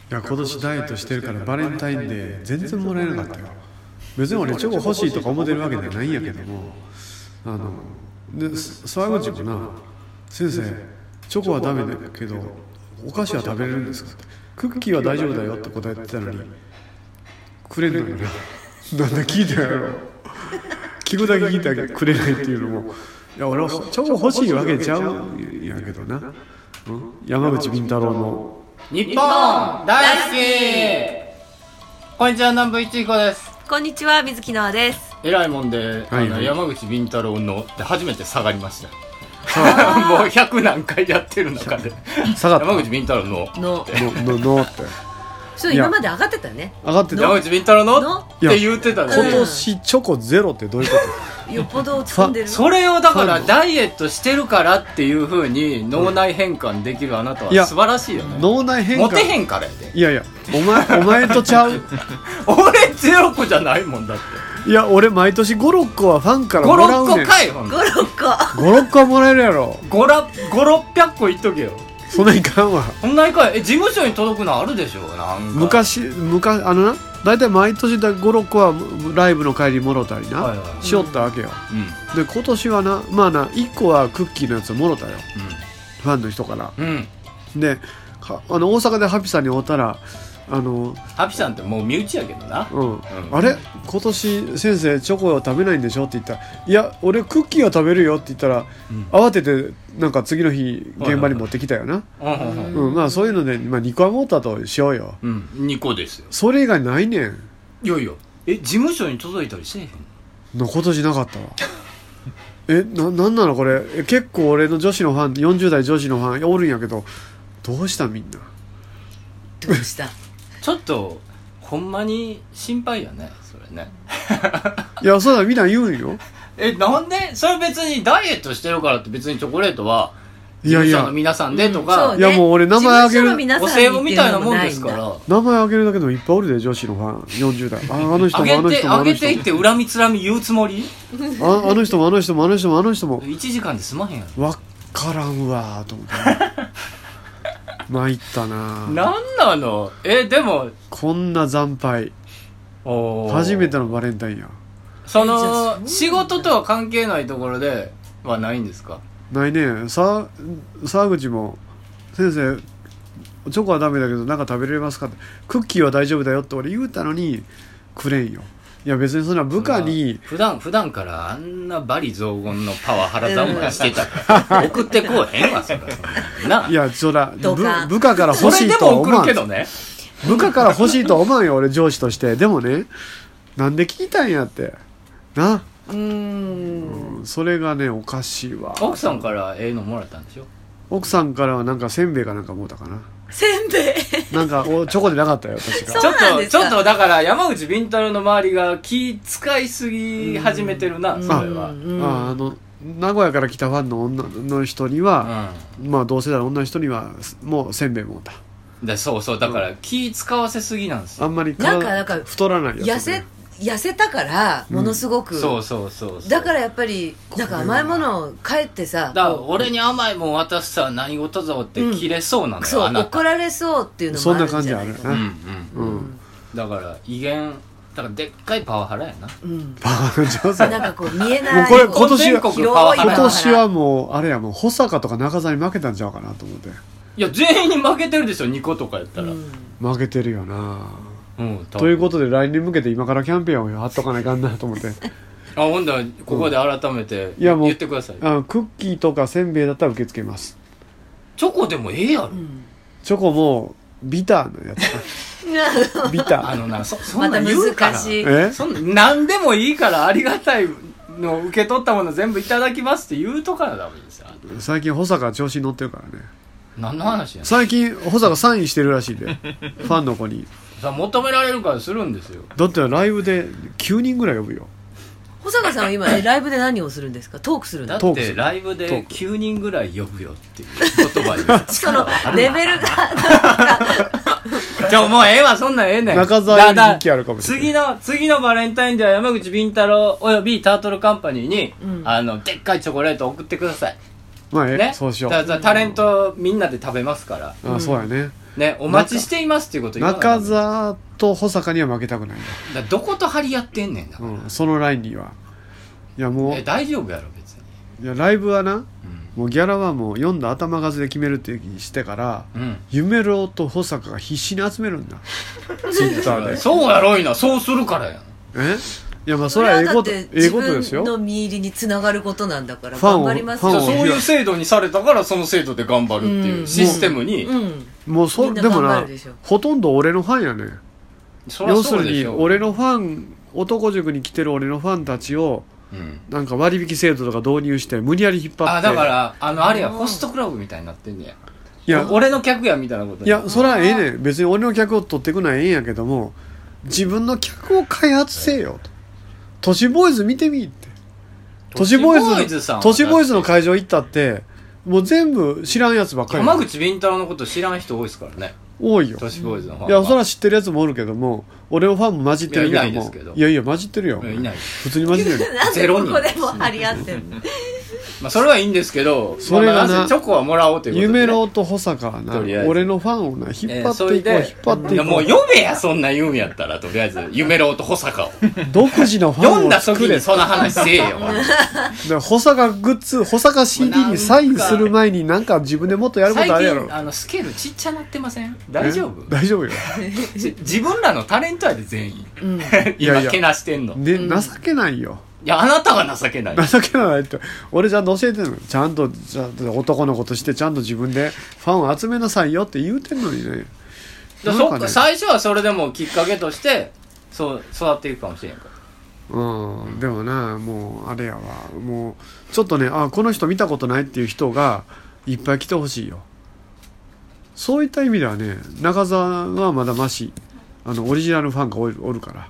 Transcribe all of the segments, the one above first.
いや今年ダイエットしてるからバレンタインデー全然もらえなかったよ。別に俺チョコ欲しいとか思ってるわけじゃないんやけども、で沢口もな、先生チョコはダメだけどお菓子は食べれるんですかって、クッキーは大丈夫だよって答えてたのにくれんのよね。なんで聞いたやろ、聞くだけ聞いたけどくれないっていうのも、いや俺はチョコ欲しいわけちゃうんやけどな、山口敏太郎の日本大好き。こんにちは、南部一彦です。 こんにちは、水木奈々です。 えらいもんで、 はいはい、 山口敏太郎ので初めて下がりました。もう100何回やってる中で下がった。 山口敏太郎のってそう、今まで上がってたよね。 上がってた。 山口敏太郎のって言ってたね。 今年チョコゼロってどういうこと？よっぽど落ち込んでる。 それをだからダイエットしてるからっていう風に脳内変換できるあなたは素晴らしいよね。 脳内変換モテへんからやで。 いやいや、お前とちゃう。 俺ゼロ個じゃないもんだって。 いや俺毎年 5,6 個はファンからもらうねん。 5,6個かい。 5,6 個はもらえるやろ。 5,600個いっとけよ。 そんないかんわ。 そんないかん。事務所に届くのあるでしょ。なんか昔な、だいたい毎年だ 5,6 個はライブの帰りもろたりな、 はいはい、 しよったわけよ、で今年はな、まあな1個はクッキーのやつもろたよ、ファンの人から、で大阪でハピさんに会ったらハピさんってもう身内やけどな、 あれ今年先生チョコを食べないんでしょって言ったら、いや俺クッキーは食べるよって言ったら、慌ててなんか次の日現場に持ってきたよな。まあそういうので、まあ、2個は持ったとしようよ、 2個ですよ。 それ以外ないねん。 いやいや、事務所に届いたりせえへんの？今年なかったわ。なんなのこれ。結構俺の女子のファン、40代女子のファンおるんやけど、どうしたみんな。 どうしたちょっとほんまに心配やねそれね。 いやそうだ、みんな言うんよ。 なんでそれ？別にダイエットしてるからって別にチョコレートはいやいや事務所の皆さんでとか、 いやもう俺名前あげる、 お歳暮みたいなもんですから。 名前あげるだけでもいっぱいおるで、女子のファン40代。あの人もあの人もあの人もあげていって恨みつらみ言うつもり？ あの人もあの人もあの人もあの人も 1時間で済まへんやろ。 わからんわと思って参ったな。 なんなの？でもこんな惨敗、初めてのバレンタインや。 その仕事とは関係ないところではないんですか？ ないね。沢口も先生チョコはダメだけどなんか食べれますかって、クッキーは大丈夫だよって俺言うたのにくれんよ。いや別にそんな部下に普段からあんな罵詈雑言のパワハラ三昧してたら送ってこうへんわそれな。 いやそら部下から欲しいとは思わん。 それでも送るけどね。 部下から欲しいとは思わんよ俺上司として。でもね、なんで聞いたんやってな。それがねおかしいわ。 奥さんからのもらったんでしょ？ 奥さんからはなんかせんべいかなんかもらったかな。 せんべいなんかチョコでなかったよ確か。 ちょっとだから山口敏太郎の周りが気使いすぎ始めてるな、それは。 名古屋から来たファンの女の人には、まあ同世代の女の人にはもうせんべいもらった。 そうだから気使わせすぎなんですよ。 あんまりなんか太らないやつ、ね、 痩せたからものすごく、 そうだからやっぱりなんか甘いものを帰ってさ、 だから俺に甘いもん渡すさ何事ぞって切れそうなのよ、 そう怒られそうっていうのもあるんじゃないかな。 そんな感じある。 だから威厳だからでっかいパワハラやな、 パワハラ上手。 なんかこう見えない。 もうこれ今年はもうあれや、もう保坂とか中澤に負けたんちゃうかなと思って。 いや全員に負けてるでしょ2個とかやったら、 負けてるよな。ということで来年向けて今からキャンペーンを貼っとかないかんなと思って。 ほんだらここで改めて言ってください。 クッキーとかせんべいだったら受け付けます。 チョコでもやろ、 チョコもビターのやつビターそんな言うから、そんな何でもいいからありがたいの受け取ったもの全部いただきますって言うとからダメですよ。 最近保坂調子に乗ってるからね。 何の話やねん。 最近保坂サインしてるらしいでファンの子に。 求められるからするんですよ。 だってライブで9人ぐらい呼ぶよ。 保坂さんは今ライブで何をするんですか？トークするんだ。 だってライブで9人ぐらい呼ぶよっていう言葉でそのレベルがもうわそんなんねん。 中澤より人気あるかもしれない。 次のバレンタインでは山口敏太郎およびタートルカンパニーに、でっかいチョコレート送ってください。 まあそうしよう。 タレントみんなで食べますから。 そうやね。 ね、お待ちしていますっていうこと言わなかった中澤と保坂には負けたくないんだ。 どこと張り合ってんねんだから、 そのラインには。いやもう、 大丈夫やろ別に。 いやライブはな、もうギャラはもう読んだ頭数で決めるっていう気にしてから、夢郎と保坂が必死に集めるんだ。ツイッターで。 そうやろいな、そうするからやん。 いやまあそれはええことですよ。 自分の見入りにつながることなんだからファンを頑張りますよ。 そういう制度にされたからその制度で頑張るっていうシステムに、 もうみんなでもな頑張るでしょ。 ほとんど俺のファンやねん。 そりゃ要するにそうでしょ。 俺のファン、男塾に来てる俺のファンたちをなんか割引制度とか導入して無理やり引っ張って。 あ、だからあれや、ホストクラブみたいになってんねや。 いや俺の客やみたいなこと。 いやそれはええねん。別に俺の客を取ってくのはええんやけども、自分の客を開発せよと。都市ボーイズ見てみって。都市ボーイズの会場行ったってもう全部知らんやつばっかり。 山口敏太郎のこと知らん人多いですからね。 多いよ。 都市ボーイズのファン。 いやそれは知ってるやつもおるけども、俺のファンも混じってるけども、 いやいないですけど。 いや混じってるよ。 いない。 普通に混じってるよ。 なんでここでも張り合ってるの。 まあそれはいいんですけど、 それがな、 チョコはもらおうということで、ね。 夢郎と保坂はな、俺のファンをな引っ張っていこう、引っ張っていこう。 もう読めや、そんな言うんやったら、とりあえず夢郎と保坂を独自のファンを作れ。 読んだ時にその話せえよ。 で保坂グッズ、保坂 CD にサインする前になんか自分でもっとやることあるやろ。 最近スケールちっちゃなってません？大丈夫？ 大丈夫よ。 自分らのタレントやで全員。今けなしてんの。 で情けないよ。 いや、あなたが情けない。 情けないって。俺ちゃんと教えてんの。ちゃんと男の子としてちゃんと自分でファンを集めなさいよって言うてんのにね。 そっか、最初はそれでもきっかけとしてそう育っていくかもしれんから。 でもな、もうあれやわ、もうちょっとね、この人見たことないっていう人がいっぱい来てほしいよ。そういった意味ではね、中澤はまだマシ。オリジナルファンがおるから、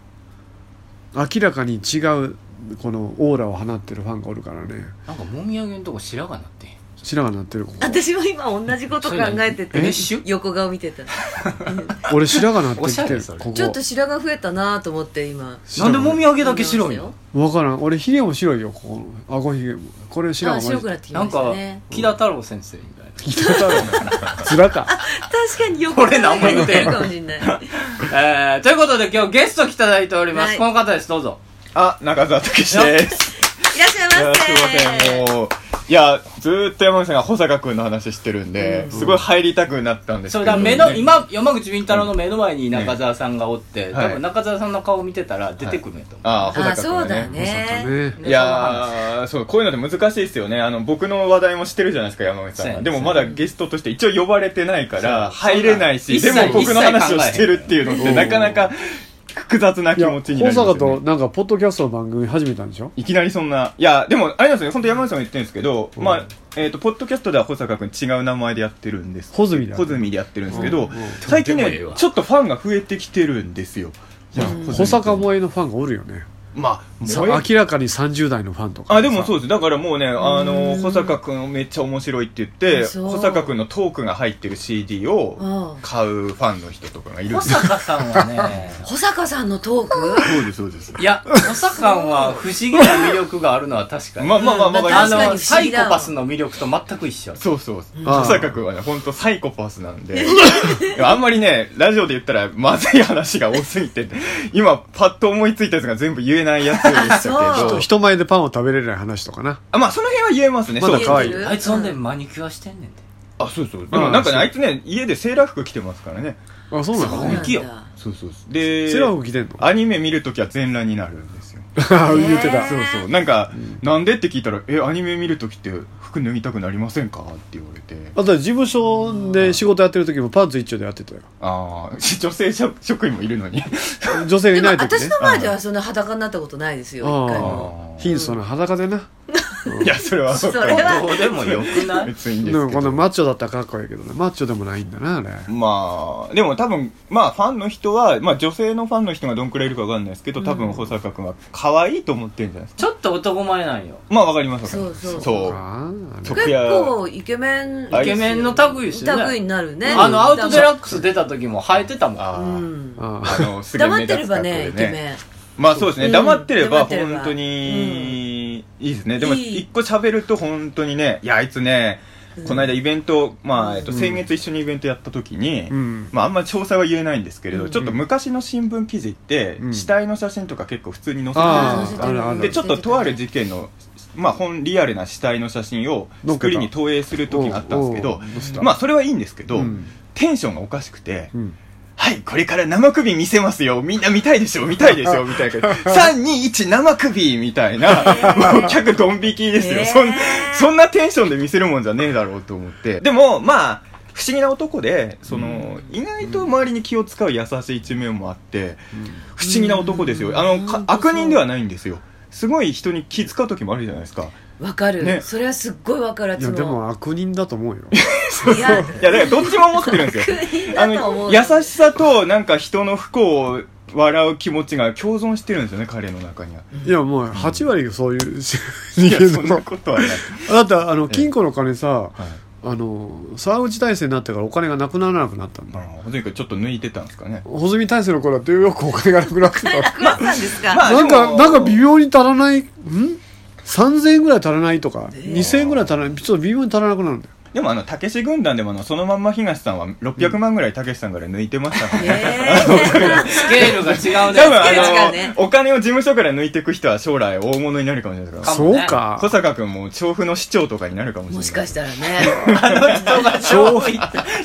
明らかに違うこのオーラを放ってるファンがおるからね。 なんかもみあげんとこ白髪なって白髪なってる。 私も今同じこと考えてて横顔見てた。 俺白髪なってきてる。 ここちょっと白髪増えたなと思って今。 なんでもみあげだけ白いの？ 分からん。俺ヒゲも白いよ、ここの顎ひげも。これ白髪白くなってきましたね。 なんか木田太郎先生みたいな。 木田太郎つらか。 確かに横顔似てるかもしれない。 ということで今日ゲスト来ていただいております。この方です、どうぞ。 中澤武史です。 いらっしゃいませ。 すいません、もういやずーっと山口さんが保坂君の話してるんで、すごい入りたくなったんですけど、 そうだ、今山口敏太郎の目の前に中澤さんがおって、多分中澤さんの顔見てたら出てくるんやと思う。 保坂君そうだね。 いやそう、こういうのって難しいですよね。僕の話題もしてるじゃないですか、山口さんが。でもまだゲストとして一応呼ばれてないから入れないし、でも僕の話をしてるっていうのってなかなか複雑な気持ちになりますよね。 保坂となんかポッドキャストの番組始めたんでしょ？ いきなりそんな。いやでもあれなんですよね、本当山口さんが言ってるんですけど、ポッドキャストでは保坂君違う名前でやってるんです。 穂積でやってるんですけど、最近ねちょっとファンが増えてきてるんですよ。 保坂萌えのファンがおるよね。 まあ、 明らかに30代のファンとか。 でもそうです。だからもうね、保坂くんめっちゃ面白いって言って、保坂くんのトークが入ってる CD を買うファンの人とかがいるんですよ。 保坂さんはね、 保坂さんのトーク？ そうです。 いや、保坂は不思議な魅力があるのは確かに。サイコパスの魅力と全く一緒。 そう。保坂くんはね、ほんとサイコパスなんで、あんまりね、ラジオで言ったらまずい話が多すぎて、今パッと思いついたやつが全部言えないやつでしたけど人前でパンを食べれない話とかな。 まあその辺は言えますね。 まだ可愛い。 あいつほんでマニキュアしてんねんて。 そうでもなんかね、あいつね家でセーラー服着てますからね。 そうなの？ 本気よ。 そうでセーラー服着てんの？ アニメ見るときは全裸になるんですよ。 言ってた。 そうなんか、なんでって聞いたらアニメ見るときって服脱ぎたくなりませんかって言われて。 あと事務所で仕事やってる時もパンツ一丁でやってたよ。 女性職員もいるのに女性がいない時ね。 私の前ではそんな裸になったことないですよ、一回も。 貧相な裸でな。 いやそれはどうでもよくない？ 別にいいんですけど。 でもこのマッチョだったらかっこいいけどね。マッチョでもないんだな、あれ。 まあでも多分ファンの人は、女性のファンの人がどんくらいいるかわかんないですけど、多分保坂君は可愛いと思ってるんじゃないですか。 ちょっと男前なんよ。 わかります。 そう結構イケメンの類ですよね。 類になるね。 アウトデラックス出た時も生えてたもん。 黙ってればね、イケメン。 そうですね、黙ってれば本当にいいですね。でも一個喋ると本当にね、いやあいつね、 この間イベント、先月一緒にイベントやった時に、あんまり詳細は言えないんですけれど、ちょっと昔の新聞記事って、死体の写真とか結構普通に載せてるじゃないですか。で、ちょっととある事件の、リアルな死体の写真をスクリーンに投影する時があったんですけど、それはいいんですけど、テンションがおかしくて、はい、これから生首見せますよ。みんな見たいでしょみたいでしょみたいな。3、2、1、生首みたいな。もう客ドン引きですよ。そんなテンションで見せるもんじゃねえだろうと思って。でも、不思議な男で、意外と周りに気を使う優しい一面もあって、不思議な男ですよ。悪人ではないんですよ。すごい人に気遣う時もあるじゃないですか。 わかる、ね、それはすっごいわかる。 いやでも悪人だと思うよ。 いやだからどっちも思ってるんですよ。優しさとなんか人の不幸を笑う気持ちが共存してるんですよね、彼の中には。 いやもう8割そういう人間のそんなことはない。 だって金庫の金さ、沢口大成になってからお金がなくならなくなったんだ。 とにかくちょっと抜いてたんですかね。 穂積大成の頃だってよくお金がなくなってた。 なくなったんですか。 なんか微妙に足らない3000円ぐらい足らないとか、2000円ぐらい足らない、ちょっと微妙に足らなくなるんだよ。 でもたけし軍団でもそのまんま東さんは600万ぐらいたけしさんから抜いてましたからね。 スケールが違うね。 多分お金を事務所から抜いていく人は将来大物になるかもしれないですから。 そうか。 小坂君も調布の市長とかになるかもしれない。 もしかしたらね。 人が調布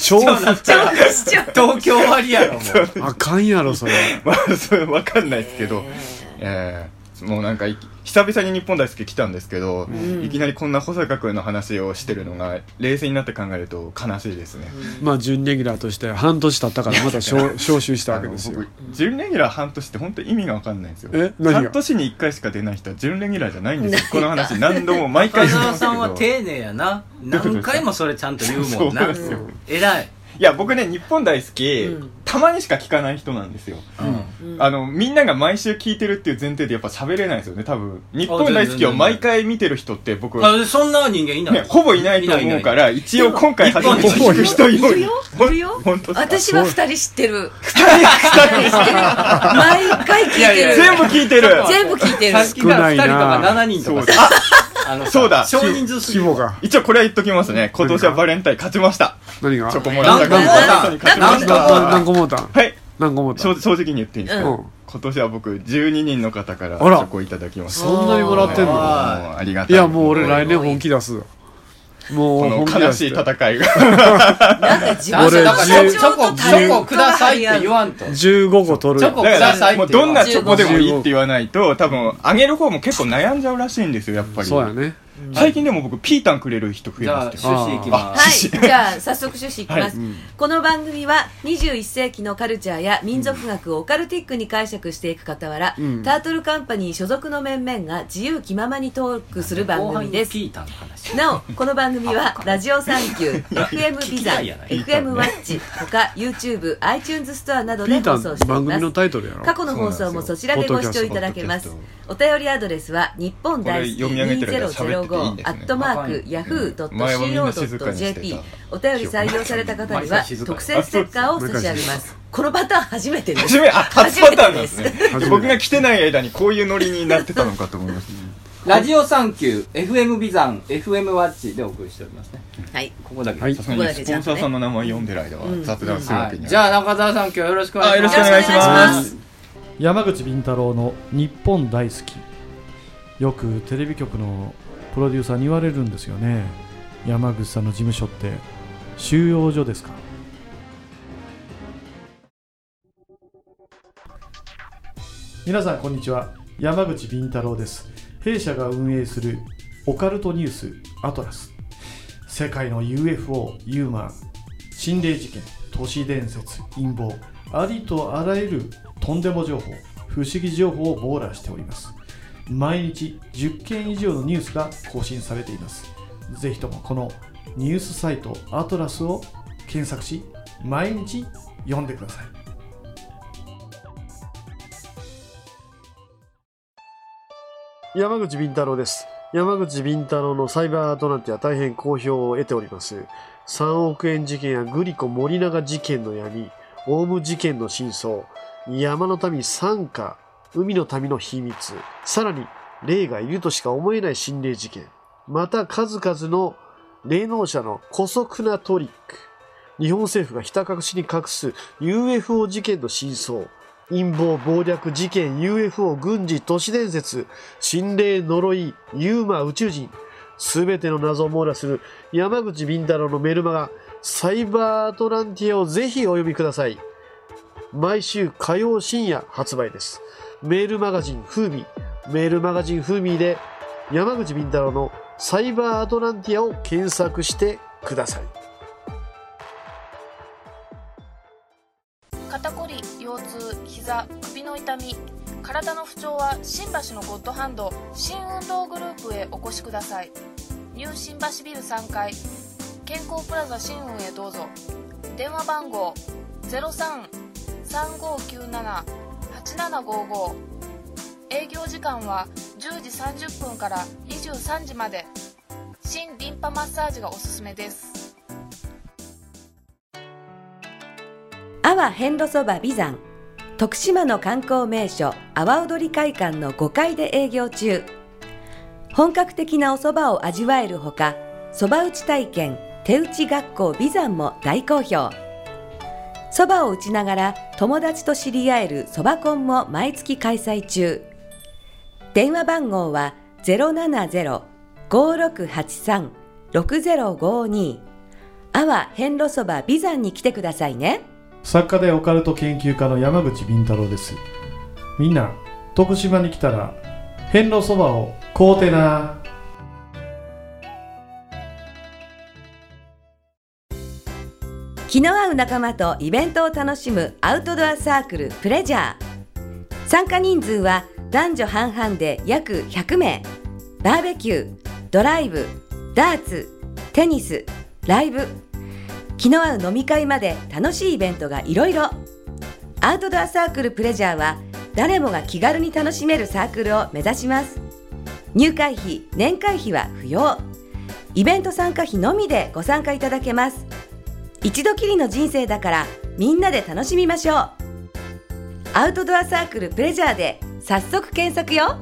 東京割やろもう。 あかんやろそれ。 それわかんないですけど。もうなんか久々に日本大好き来たんですけど、いきなりこんな保坂君の話をしてるのが冷静になって考えると悲しいですね。 準レギュラーとして半年経ったからまた招集したわけですよ。 準レギュラー半年って本当意味が分かんないんですよ。 半年に1回しか出ない人は準レギュラーじゃないんですよ。この話何度も毎回言ってますけど。中澤さんは丁寧やな。何回もそれちゃんと言うもんな。偉い。 いや僕ね日本大好き、たまにしか聞かない人なんですよ。みんなが毎週聞いてるっていう前提でやっぱ喋れないですよね多分。日本大好きを毎回見てる人って僕そんな人間いない、 ほぼいないと思うから、一応今回初めて聞く人いるよ。 私は2人知ってる。毎回聞いてる。 全部聞いてる。 全部聞いてる。 さっきから2人とか7人とか。 そうだ、 少人数すぎる。 一応これは言っときますね。今年はバレンタイン勝ちました。 何がチョコモラン何個もたん。 はい。 何個もたん。 正直に言っていいんですけど、今年は僕12人の方からチョコいただきました。 そんなにもらってんの？ ありがたい。 いやもう俺来年本気出す。もうこの悲しい戦いが。 俺チョコくださいって言わんと。 15個取る。 チョコくださいって。 どんなチョコでもいいって言わないと、多分あげる方も結構悩んじゃうらしいんですよやっぱり。 そうやね。 最近でも僕ピータンくれる人増えましたよ。じゃあ趣旨いきます。 はい、じゃあ早速趣旨いきます、この番組は21世紀のカルチャーや民族学をオカルティックに解釈していく傍ら、タートルカンパニー所属の面々が自由気ままにトークする番組です。なおこの番組はラジオサンキュー、FM ビザン、FM ワッチ他 YouTube、iTunes ストアなどで放送しています。過去の放送もそちらでご視聴いただけます。お便りアドレスは日本大好き2005@yahoo.co.jp。 お便り採用された方には特製ステッカーを差し上げます。このパターン初めてです。 初パターンなんですね。僕が来てない間にこういうノリになってたのかと思います。 ラジオサンキュー、FM ビザン、FM ワッチでお送りしておりますね。 はい。 ここだけ。 さすがにスポンサーさんの名前読んでる間は雑談するわけには。 じゃあ中澤さん今日よろしくお願いします。 よろしくお願いします。 山口敏太郎の日本大好き。よくテレビ局のプロデューサーに言われるんですよね。山口さんの事務所って収容所ですか？皆さんこんにちは、山口敏太郎です。弊社が運営するオカルトニュースアトラス、世界の UFO、ユーマン、心霊事件、都市伝説、陰謀、ありとあらゆるとんでも情報、不思議情報を網羅しております。毎日10件以上のニュースが更新されています。ぜひともこのニュースサイトアトラスを検索し、毎日読んでください。山口敏太郎です。山口敏太郎のサイバーアトランティア大変好評を得ております。3億円事件やグリコ森永事件の闇、オウム事件の真相、山の民惨禍、海の民の秘密、さらに霊がいるとしか思えない心霊事件、また数々の霊能者の姑息なトリック、日本政府がひた隠しに隠す UFO 事件の真相、陰謀暴略事件 UFO 軍事都市伝説、心霊呪いユーマ宇宙人、すべての謎を網羅する山口敏太郎のメルマガサイバーアトランティアをぜひお読みください。毎週火曜深夜発売です。メールマガジンフーミー、メールマガジンフーミーで山口敏太郎のサイバーアトランティアを検索してください。 肩こり、腰痛、膝、首の痛み、体の不調は新橋のゴッドハンド新運動グループへお越しください。ニュー新橋ビル3階健康プラザ新運へどうぞ。電話番号 03-3597-8755、営業時間は10時30分から23時まで。新リンパマッサージがおすすめです。 阿波遍路そば美山、徳島の観光名所阿波踊り会館の5階で営業中。本格的なお蕎麦を味わえるほか、蕎麦打ち体験手打ち学校美山も大好評。蕎麦を打ちながら友達と知り合える蕎麦コンも毎月開催中。電話番号は 070-5683-6052。阿波遍路そば美山に来てくださいね。 作家でオカルト研究家の山口敏太郎です。みんな徳島に来たら遍路そばを買うてな。 気の合う仲間とイベントを楽しむアウトドアサークルプレジャー。参加人数は男女半々で約100名。バーベキュー、ドライブ、ダーツ、テニス、ライブ、気の合う飲み会まで楽しいイベントがいろいろ。アウトドアサークルプレジャーは誰もが気軽に楽しめるサークルを目指します。入会費、年会費は不要。イベント参加費のみでご参加いただけます。一度きりの人生だからみんなで楽しみましょう。アウトドアサークルプレジャーで早速検索よ。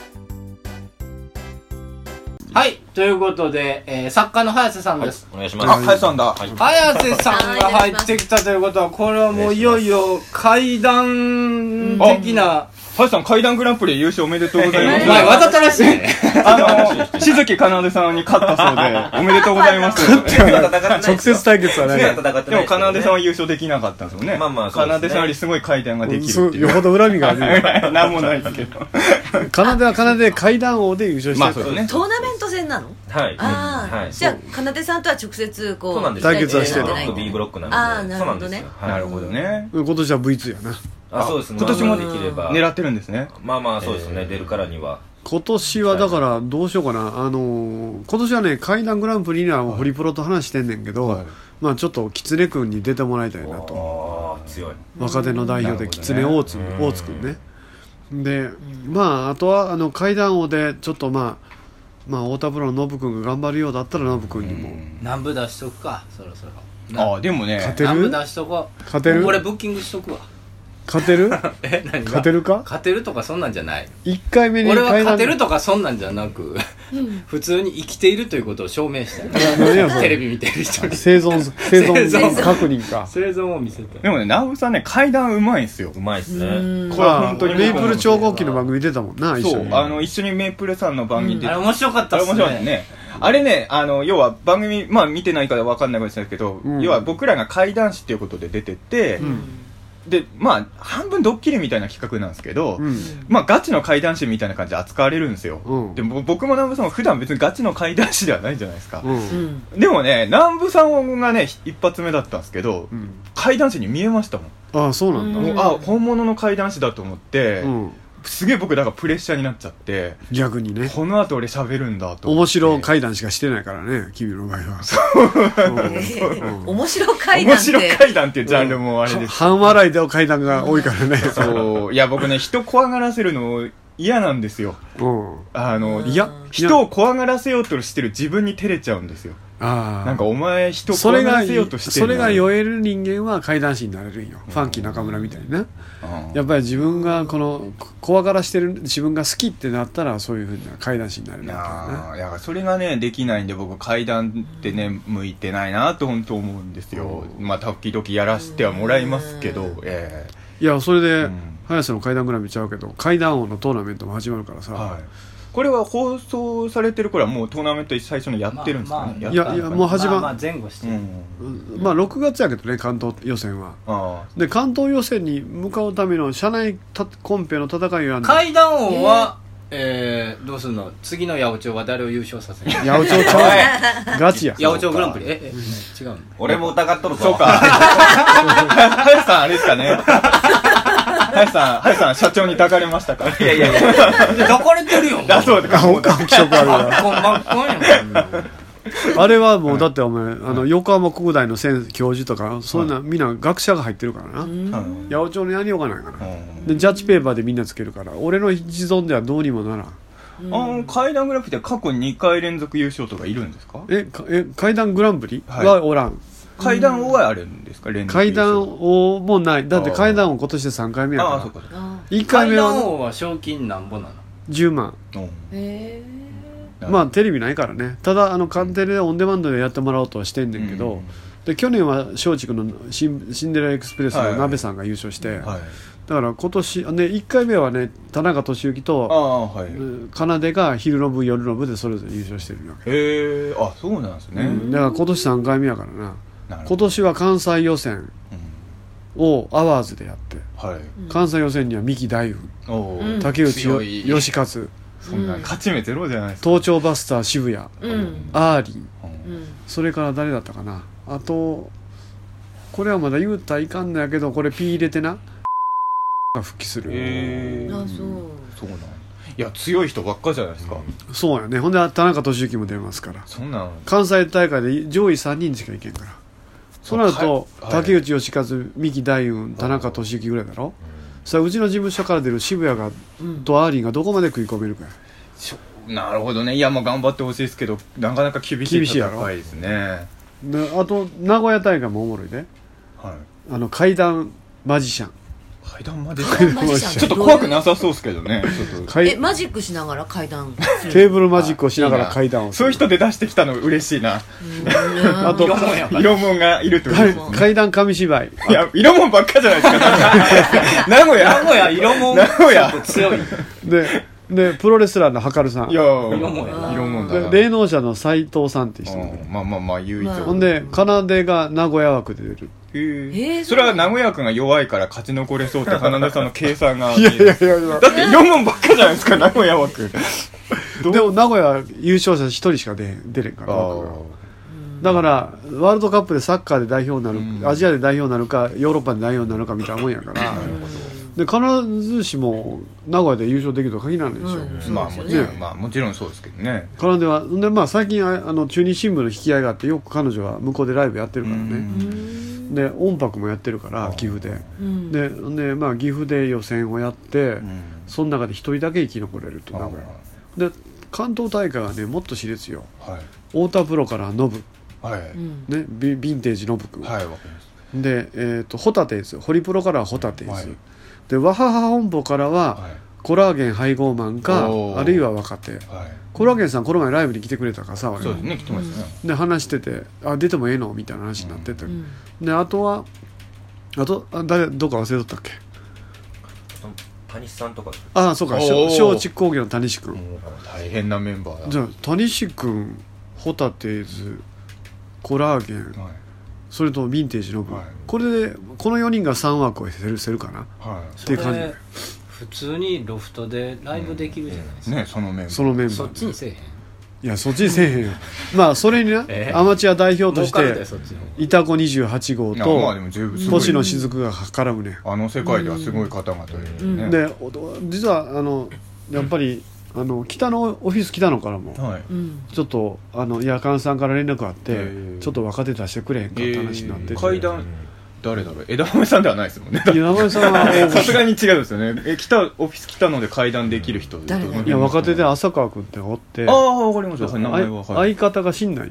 はい、ということで、作家の早瀬さんです。 お願いします。 あ、早さんだ。 早瀬さんが入ってきたということは、これはもういよいよ怪談的な。 早さん、怪談グランプリ優勝おめでとうございます。 わざとらしいね。 しずきかなでさんに勝ったそうで、おめでとうございます。 直接対決はない。 でも、かなでさんは優勝できなかったんですよね。 まあまあ、 かなでさんよりすごい怪談ができるっていう。 よほど恨みがある。 なんもないけど。 かなではかなで怪談王で優勝してる。 まあ、そうですね。 トーナメント戦なの？ はい。 ああ、じゃあ、かなでさんとは直接こう、 そうなんです。 対決はしてる。 B ブロックなんで。 ああ、なるほどね。 なるほどね。 今年は V2 やな。 あ、そうですね。 今年もできれば狙ってるんですね。 まあまあ、そうですね。出るからには。 今年はだからどうしようかな。今年はね、怪談グランプリにはホリプロと話してんねんけど、まあちょっと狐くんに出てもらいたいなと。 ああ、強い。 若手の代表で狐大津くんね。で、まああとは怪談王でちょっとまあ太田プロのノブくんが頑張るようだったらノブくんにも南部出しとくか、そろそろ。 ああ、でもね、 勝てる？ 南部出しとこう。 勝てる？ 俺ブッキングしとくわ。 勝てる？ 何が勝てるか？ 勝てるとかそんなんじゃない。 1回目に俺は勝てるとかそんなんじゃなく、普通に生きているということを証明したい。テレビ見てる人に生存確認か。 生存を見せて。 でもね、直さんね、怪談うまいんすよ。 うまいっすね。 これは本当にメイプル超合金の番組出たもんな、一緒に。 そう、一緒にメイプルさんの番組で。 あれ面白かったっすね。 面白いね。あれね、要は番組、まあ見てないから分かんないかもしれないけど、要は僕らが怪談師っていうことで出てて、で、まあ、半分ドッキリみたいな企画なんですけど、まあ、ガチの怪談師みたいな感じで扱われるんですよ。でも僕も南部さんも普段別にガチの怪談師ではないじゃないですか。でもね、南部さんがね、一発目だったんですけど、怪談師に見えましたもん。 ああ、そうなんだ。 本物の怪談師だと思って、すげえ僕だからプレッシャーになっちゃって、 逆にね、 この後俺喋るんだと面白怪談しかしてないからね、君の場合は。 面白怪談って、 面白怪談っていうジャンルもあれです。 半笑いで怪談が多いからね。 そう、いや僕ね、人怖がらせるの嫌なんですよ。いや、人を怖がらせようとしてる自分に照れちゃうんですよ。 なんかお前人それがせようとしてそれが酔える人間は怪談師になれるんよ、ファンキー中村みたいにな、やっぱり自分がこの怖がらしてる自分が好きってなったらそういうふうな怪談師になれるわけいやそれがねできないんで僕怪談ってね向いてないなと本当思うんですよ。まあ時々やらせてはもらいますけど、 いやそれで、早瀬の怪談グラミちゃうけど怪談王のトーナメントも始まるからさ、 これは放送されてる頃はもうトーナメント最初のやってるんですかね。 いやもう始ままあ前後して、 まあ6月やけどね関東予選は。で関東予選に向かうための社内コンペの戦いが怪談王はどうするの？次の八百長は誰を優勝させる？ 八百長ちゃうガチや。 八百長グランプリ違うの？ 俺も疑っとるぞ。 そうか。林さんあれですかね。林さん社長に抱かれましたか？いや抱かれてるよ。 あ、そうだ。 顔気色あるわ。あれはもうだってお前横浜国大の教授とかそういうのみんな学者が入ってるからな。八百長のやりようがないから。でジャッジペーパーでみんなつけるから俺の一存ではどうにもならん。 怪談グランプリって過去2回連続優勝とかいるんですか？ 怪談グランプリはおらん。 怪談王はあるんですか？ 怪談王もない。だって怪談王今年で3回目やから。1回目は怪談王は賞金なんぼなの ？10万。まあテレビないからね。ただカンテレでオンデマンドでやってもらおうとはしてんねんけど、で去年は松竹のシンデレラエクスプレスの鍋さんが優勝して、だから今年ね1回目はね田中俊之と奏が昼の部夜の部でそれぞれ優勝してるわけ。 へえ、あ、そうなんですね。 だから今年3回目やからな。今年は関西予選をアワーズでやって、関西予選には三木大雲、竹内義勝、 勝ち目ゼロじゃないですか。 東京バスター渋谷、アーリー、それから誰だったかな。あとこれはまだ言うたらいかんのやけどこれ P 入れてなが復帰する。 そうなん。いや強い人ばっかじゃないですか。 そうやね。ほんで田中俊之も出ますから。 そんなん関西大会で上位3人しかいけんから。そうなると竹内義和、三木大雲、田中俊之ぐらいだろ。さあうちの事務所から出る渋谷がとアーリーがどこまで食い込めるかや。 なるほどね。いやもう頑張ってほしいですけどなかなか厳しい戦いですね。 であと名古屋大会もおもろいで、怪談マジシャン。 怪談マジシャンちょっと怖くなさそうですけどね。 マジックしながら怪談テーブルマジックをしながら怪談をする。 そういう人で出してきたの嬉しいな。あと色もんがいるってことですね。 怪談紙芝居。 いや色もんばっかじゃないですか。名古屋色もん強いでプロレスラーのはかるさん。 いや色もんだな。 霊能者の斎藤さんって人。 まあ唯一。 ほんで奏が名古屋枠で出る。 それは名古屋君が弱いから勝ち残れそうって花田さんの計算が。 いやだって色もんばっかじゃないですか名古屋枠。 でも名古屋優勝者1人しか出れんから枠が。だからワールドカップでサッカーで代表になる、アジアで代表になるかヨーロッパで代表になるかみたいなもんやから。で必ずしも名古屋で優勝できるとは限らないでしょ。 まあもちろんそうですけどね。 奏ではで、まあ、最近中日新聞の引き合いがあってよく彼女は向こうでライブやってるからね。で音楽もやってるから岐阜で、でまあ、岐阜で予選をやって、その中で一人だけ生き残れると名古屋で関東大会はねもっと熾烈よ。太田プロからノブ、ね、ヴィンテージノブ君、でホタテーズ、ホリプロからはホタテーズ、でワハハ本舗からは、コラーゲン配合マンかあるいは若手、コラーゲンさんこの前ライブに来てくれたからさ、 そうですね、来てましたね。 で話してて出てもええのみたいな話になってて、であと誰どっか忘れとったっけ。 谷さんとか。 そうか、松竹工業の谷志君。 大変なメンバーだ。 じゃあ谷志君、ホタテーズ、コラーゲン、それとヴィンテージの部、これでこの4人が3枠をせるかな、っていう感じ。 普通にロフトでライブできるじゃないですか、 ね、そのメンバーそっちにせえへん。 いやそっちにせえへんよ。まあそれにな、アマチュア代表としてイタコ28号と星野雫が絡むね。 世界ではすごい方々いるね。 で実はやっぱり北のオフィス北野からも、ちょっと夜間さんから連絡あって、ちょっと若手出してくれへんかって話になってて、 階段誰だろう、枝豆さんではないですもんね。 枝豆さんはさすがに違うんですよね。オフィス来たので階段できる人。 いや若手で浅川君っておって、 わかります。名前は相方が死んだんよ。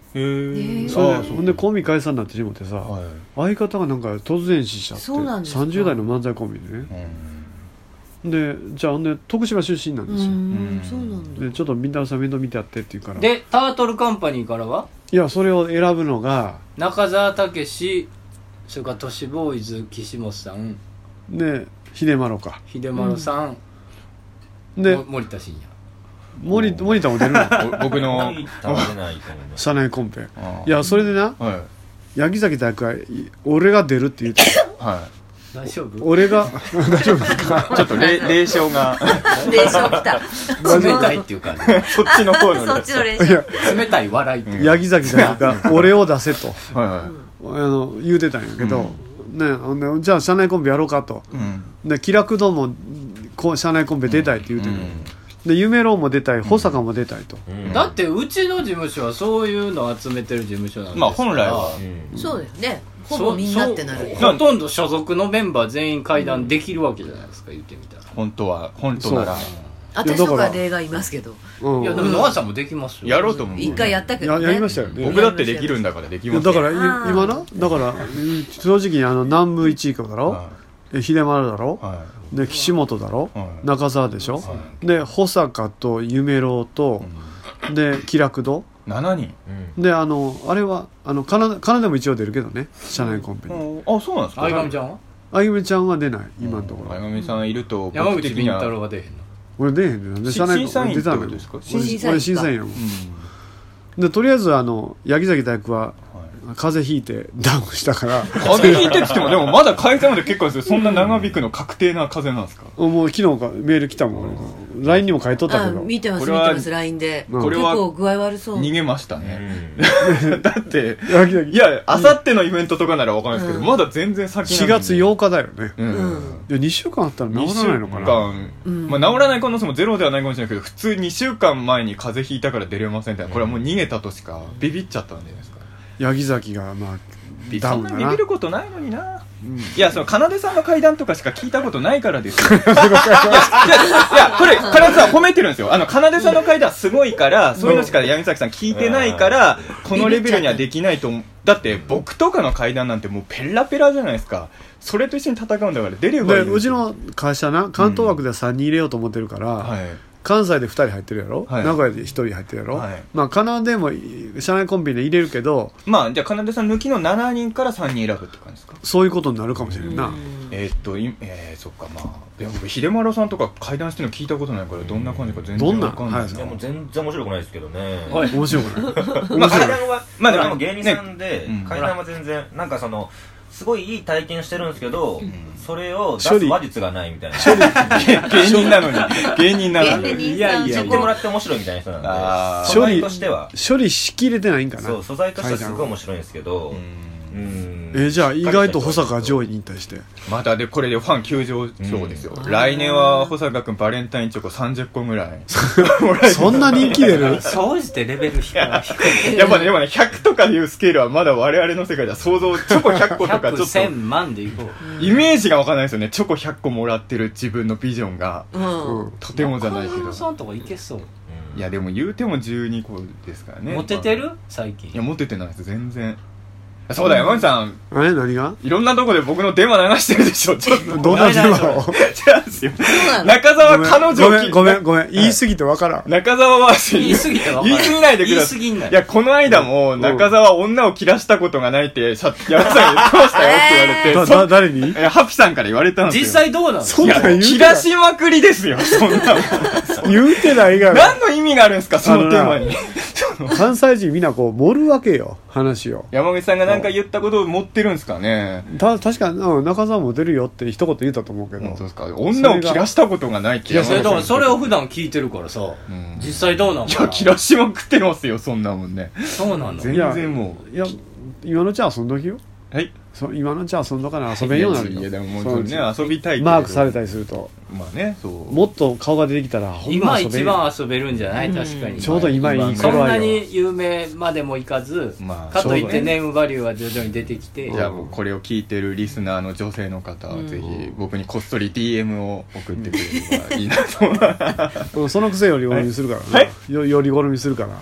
へえ。 それほんでコンビ解散になってしもってさ、 はい。 相方がなんか突然死しちゃって、 そうなんですか 30代の漫才コンビでね、でじゃあほんで徳島出身なんですよ。 そうなんだ。 でちょっとみんなさ面倒見てやってって言うからでタートルカンパニーからはいやそれを選ぶのが中澤武史、それから都市ボーイズ岸本さん、 で秀丸か秀丸さん、 で森田真也。 森田も出るの僕の倒れないと思います。 社内コンペあいやそれでなはい八木崎大学は俺が出るって言っては大丈夫？ 俺が大丈夫ですかい。ちょっと霊障が霊障来た。 冷たいっていうか、ね、 そっちの方のそっちの霊い障。 や冷たい笑いっていう八木崎大学が俺を出せとは言うてたんやけど、ね、ほんでじゃあ社内コンペやろうかとい。うん。 で気楽堂も社内コンペ出たいって言うてる、で夢郎も出たい保坂も出たいと、 だってうちの事務所はそういうのを集めてる事務所なんですから。 まあ本来はそうだよね。ほぼみんなってなる。 ほとんど所属のメンバー全員会談できるわけじゃないですか、言ってみたら。 本当なら私とか例がいますけど。 うんいやでも野川さんもできますよ。 やろうと思う。 一回やったけどね。 やりましたよね。 僕だってできるんだからできますよ。 いやだから今なだから正直に南部一位だろ、 は秀丸だろ、 はで岸本だろ、 は中澤でしょ、で保坂と夢郎と、で気楽堂い。7人。 であれはかなでも一応出るけどね社内コンペに。 あ、そうなんですか。 相上ちゃんは？ あゆめちゃんは出ない今のところ。 あやめさんいると山口敏僕的には太郎は出へんの？ 俺出えへんでなんで社内審査員出たのってことですか？ 俺審査員やもん。でとりあえず八木崎大学は風邪ひいてダウンしたから風邪ひいてって言ってもでもまだ開催まで結構ですよ。そんな長引くの確定な風邪なんですか？ もう昨日かメール来たもん俺 LINE にも書いとったけど見てますこれは見てます LINE で。 うん結これは構具合悪そう。 逃げましたね。 うんだって八木崎いやあさってのイベントとかならわかんないですけどまだ全然先な 4 のに月8日だよね。 うんいや2週間あったら治 2 らないのかな。 週間、まあ、治らない可能性もゼロではないかもしれないけど普通2週間前に風邪ひいたから出れませんってこれはもう逃げたとしかビビっちゃったんじゃないですか。 八木崎がまあダそウンだなんなビビることないのにな、いやその奏さんの階段とかしか聞いたことないからですよいやこれ奏さん褒めてるんですよ。奏さんの階段すごいからそういうのしか闇崎さん聞いてないからこのレベルにはできないと思う。だって僕とかの階段なんてもうペラペラじゃないですか。それと一緒に戦うんだから出ればいいでうちの会社な関東枠では3人入れようと思ってるから、 はい関西で2人入ってるやろ、 はい名古屋で1人入ってるやろ、 はいまあ金でも社内コンビで入れるけどまあじゃあ奏さん抜きの7人から3人選ぶって感じですか。 そういうことになるかもしれんな。 そっかまあいや僕秀丸さんとか階段してるの聞いたことないからどんな感じか全どんな然わかんないですいやもう全然面白くないですけどね。 はい面白くないまあ階段はまあでもでも芸人さんでね階段は全然なんかすごいいい体験してるんですけどそれを出処理す話術がないみたいな。 芸人なのに芸人なのに芸人いやいや言ってもらって面白いみたいな人なんあーで素材としては処理しきれてないんかな。 そう素材としてはすごい面白いんですけどじゃあ意外と保坂上位に対してまたでこれでファン急上昇ですよ、来年は保坂君バレンタインチョコ30個ぐらいそんな人気出るそうしてレベル低い。 やっぱね100とかいうスケールはまだ我々の世界では想像チョコ100個とかちょ 100、 っと 1000万でいこう。 イメージがわかんないですよね。チョコ100個もらってる自分のビジョンがうんとてもじゃないけど中村さんとかいけそう。 いやでも言うても12個ですからね。 モテてる最近いやモテてないです全然。そうだ山口さん何がいろんなとこで僕の電話流してるでしょ。ちょっとどんな電話を違うんですよ。中澤は彼女をごめん言い過ぎてわからん。 中澤は言い過ぎてわかる言い過ぎないでください。 言い過ぎないいやこの間も中澤は女を切らしたことがないって山口さん言ってましたよって言われて誰にハピさんから言われたんですよ。 実際どうなの？ そんなん言う切てないらしまくりですよそんな言うてないが何の意味があるんですかそのテーマに。 関西人みんなこう盛るわけよ話を。 山口さんが何か言ったことを持ってるんですかね。 確かに中澤も出るよって一言言ったと思うけど、 本当ですか。女を切らしたことがないって。 いやそれそれを普段聞いてるからさ、実際どうなの？ いや切らしまくってますよそんなもんね。 そうなの？ 全然もいや今のうちは遊んどきよ。 はい。 今のうちは遊んどかな遊べんようになるよ。 いやでももうね遊びたいけどマークされたりするとまあねそうもっと顔が出てきたらほんま今遊べん一番遊べるんじゃない？確かにちょうど今いいそ頃はよ。 んなに有名までもいかず、 まあかといってネームバリューは徐々に出てきて、 じゃあもうこれを聞いてるリスナーの女性の方はぜひ僕にこっそり DM を送ってくれればいいなと。 そのくせより好みするからな、より好みするから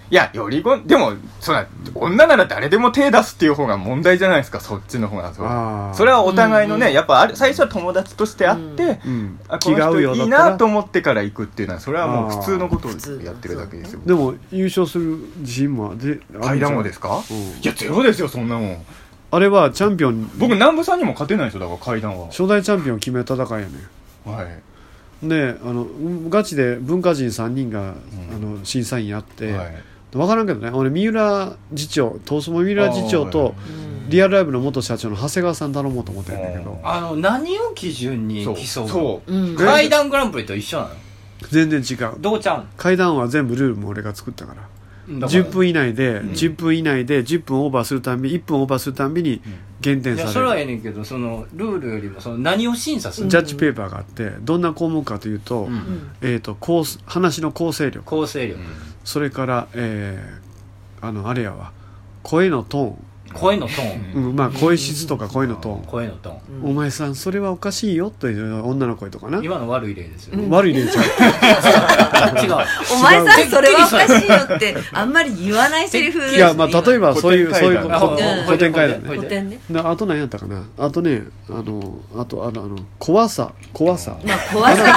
いやよりでも女なら誰でも手出すっていう方が問題じゃないですか。そっちの方がそれはお互いのね、やっぱ最初は友達として会って、この人いいなと思ってから行くっていうのはそれはもう普通のことをやってるだけですよ。 でも優勝する自信も階段王ですか？いやゼロですよそんなもん。 あれはチャンピオン、僕南部さんにも勝てないですよ。だから階段は初代チャンピオンを決める戦いやね。 はい。 でガチで文化人3人が、審査員やって、分からんけどね、俺三浦次長、東相三浦次長とリアルライブの元社長の長谷川さん頼もうと思ってるんだけど、 何を基準に競う階段グランプリと一緒なの？ 全然違う。 どうちゃうの？ 階段は全部ルールも俺が作ったから、10分以内で10分オーバーするたんび1分オーバーするたんびに減点される。いやそれはええねんけど、そのルールよりもその何を審査する？ ジャッジペーパーがあって、どんな項目かというと、話の構成力、それからあれやわ、声のトーン、まあ声質とか声のトーン、お前さんそれはおかしいよという女の声とかな。 今の悪い例ですよね。 悪い例ちゃう。 違う。お前さんそれはおかしいよってあんまり言わないセリフ。 いやまあ例えばそういう古典階段ね。 古典ね。 あと何やったかな。あとね怖さ。 まあ怖さ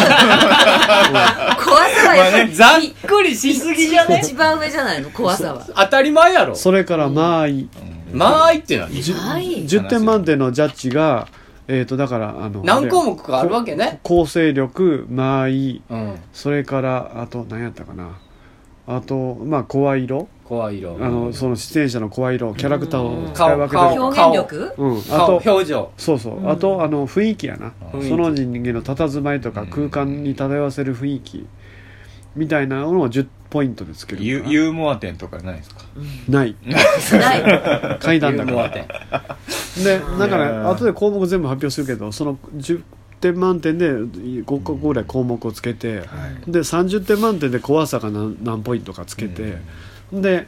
はやっぱりざっくりしすぎじゃね？ 一番上じゃないの怖さは。 当たり前やろ。 それから間合い。 間合いって何 ？10点満点のジャッジがだから何項目かあるわけね。 構成力、間合い、それからあと何やったかな、あとまあ声色、その出演者の声色、キャラクターを使い分けてる表現力、 あと表情、 そうあと雰囲気やな、その人間の佇まいとか空間に漂わせる雰囲気みたいなのを10ポイントでつける。 ユーモア点とかないですか？ ない階段だからで、だから後で項目全部発表するけど、その10点満点で5個ぐらい項目をつけて、で30点満点で怖さが何ポイントかつけて、で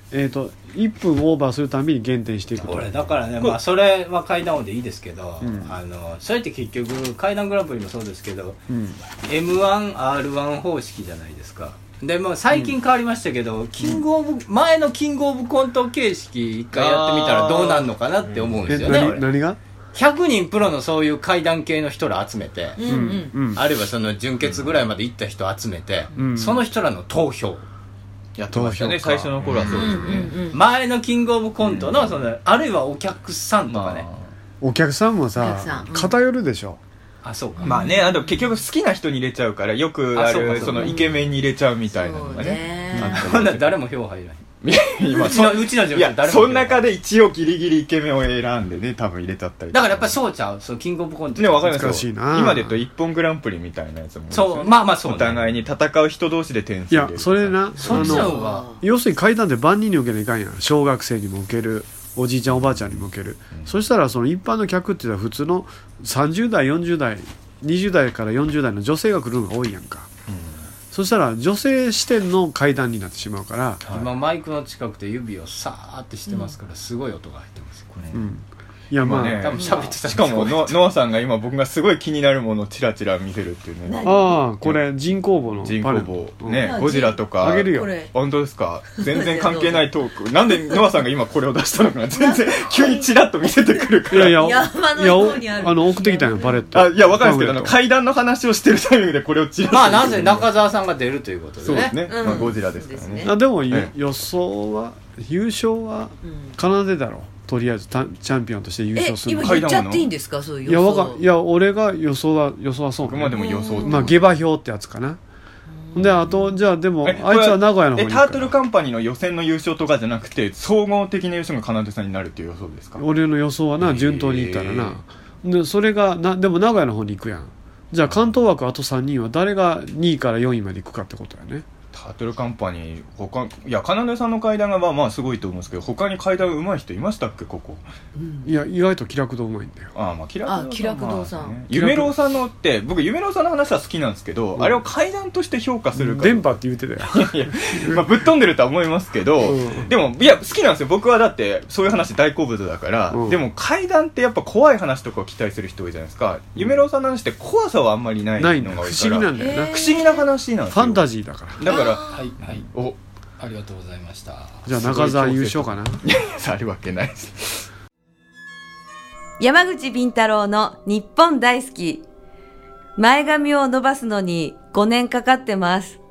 1分オーバーするたびに減点していくと。 俺だからね、まあそれは階段王でいいですけど、それって結局階段グランプリもそうですけど、M1、R1 方式じゃないですか。でも最近変わりましたけど、前のキングオブコント形式一回やってみたらどうなるのかなって思うんですよね。 何が 100人プロのそういう階段系の人ら集めて、あるいはその準決ぐらいまで行った人集めて、その人らの投票やってましたね。最初の頃はそうですね。 前のキングオブコントのあるいはお客さんとかね。 お客さんもさ偏るでしょ。 あ、そうか。 まあね、あと結局好きな人に入れちゃうから、よくあるそのイケメンに入れちゃうみたいなのがね。 ほんなら誰も票入らない。 今うちの事務所誰も。その中で一応ギリギリイケメンを選んでね、多分入れちゃったり。 だからやっぱりそうちゃう。そのキングオブコントね、わかりますよ。 難しいな。 今で言うと一本グランプリみたいなやつも。 そう、まあそう。 お互いに戦う人同士で点数。 いや、それな、要するに階段で万人に受けないかんやん。小学生にも受ける。おじいちゃんおばあちゃんにも受ける。そしたらその一般の客っていうのは普通の30代40代20代から40代の女性が来るのが多いやんか、そしたら女性視点の階段になってしまうから、 今マイクの近くで指をサーってしてますから、すごい音が入ってますこれ、 いやまあ、 ね、 多分喋ってた。 しかもノアさんが今僕がすごい気になるものをチラチラ見せるっていうね。 ああ、これ人工棒の人工棒ね、ゴジラとかあげるよ。 本当ですか？全然関係ないトーク。なんでノアさんが今これを出したのかな、全然急にチラッと見せてくるから。 いや送ってきたんよパレット。 いやわかるんですけど、階段の話をしてるタイミングでこれをチラッと。 まあなぜ中澤さんが出るということでね。 そうですね。まあゴジラですからね。 でも予想は優勝は奏でだろう。とりあえずチャンピオンとして優勝する。 今言っちゃっていいんですか？そういう予想。 いや俺が予想はそう。 まあでも予想。 まあ下馬評ってやつかな。であとじゃあでもあいつは名古屋の方に。 タートルカンパニーの予選の優勝とかじゃなくて総合的な優勝が奏さんになるっていう予想ですか？ 俺の予想はな、順当にいったらな。でそれがでも名古屋の方に行くやん。じゃあ関東枠あと3人は誰が2位から4位まで行くかってことやね。 タートルカンパニーいや奏さんの階段がまあすごいと思うんですけど、他に階段上手い人いましたっけここ？ いや意外と気楽堂上手いんだよ。 まあ気楽堂さん、 夢郎さんのって僕夢郎さんの話は好きなんですけど、あれを階段として評価するか電波って言ってたよ。 いやまあぶっ飛んでるとは思いますけど、でもいや好きなんですよ。僕はだってそういう話大好物だから、でも階段ってやっぱ怖い話とかを期待する人多いじゃないですか。夢郎さんの話って怖さはあんまりないのが多いから、 不思議なんだよな。 不思議な話なんですよ。 ファンタジーだから。 だからありがとうございました。 じゃあ中澤優勝かな。 あるわけないです。 山口敏太郎の日本大好き。前髪を伸ばすのに5年かかってます。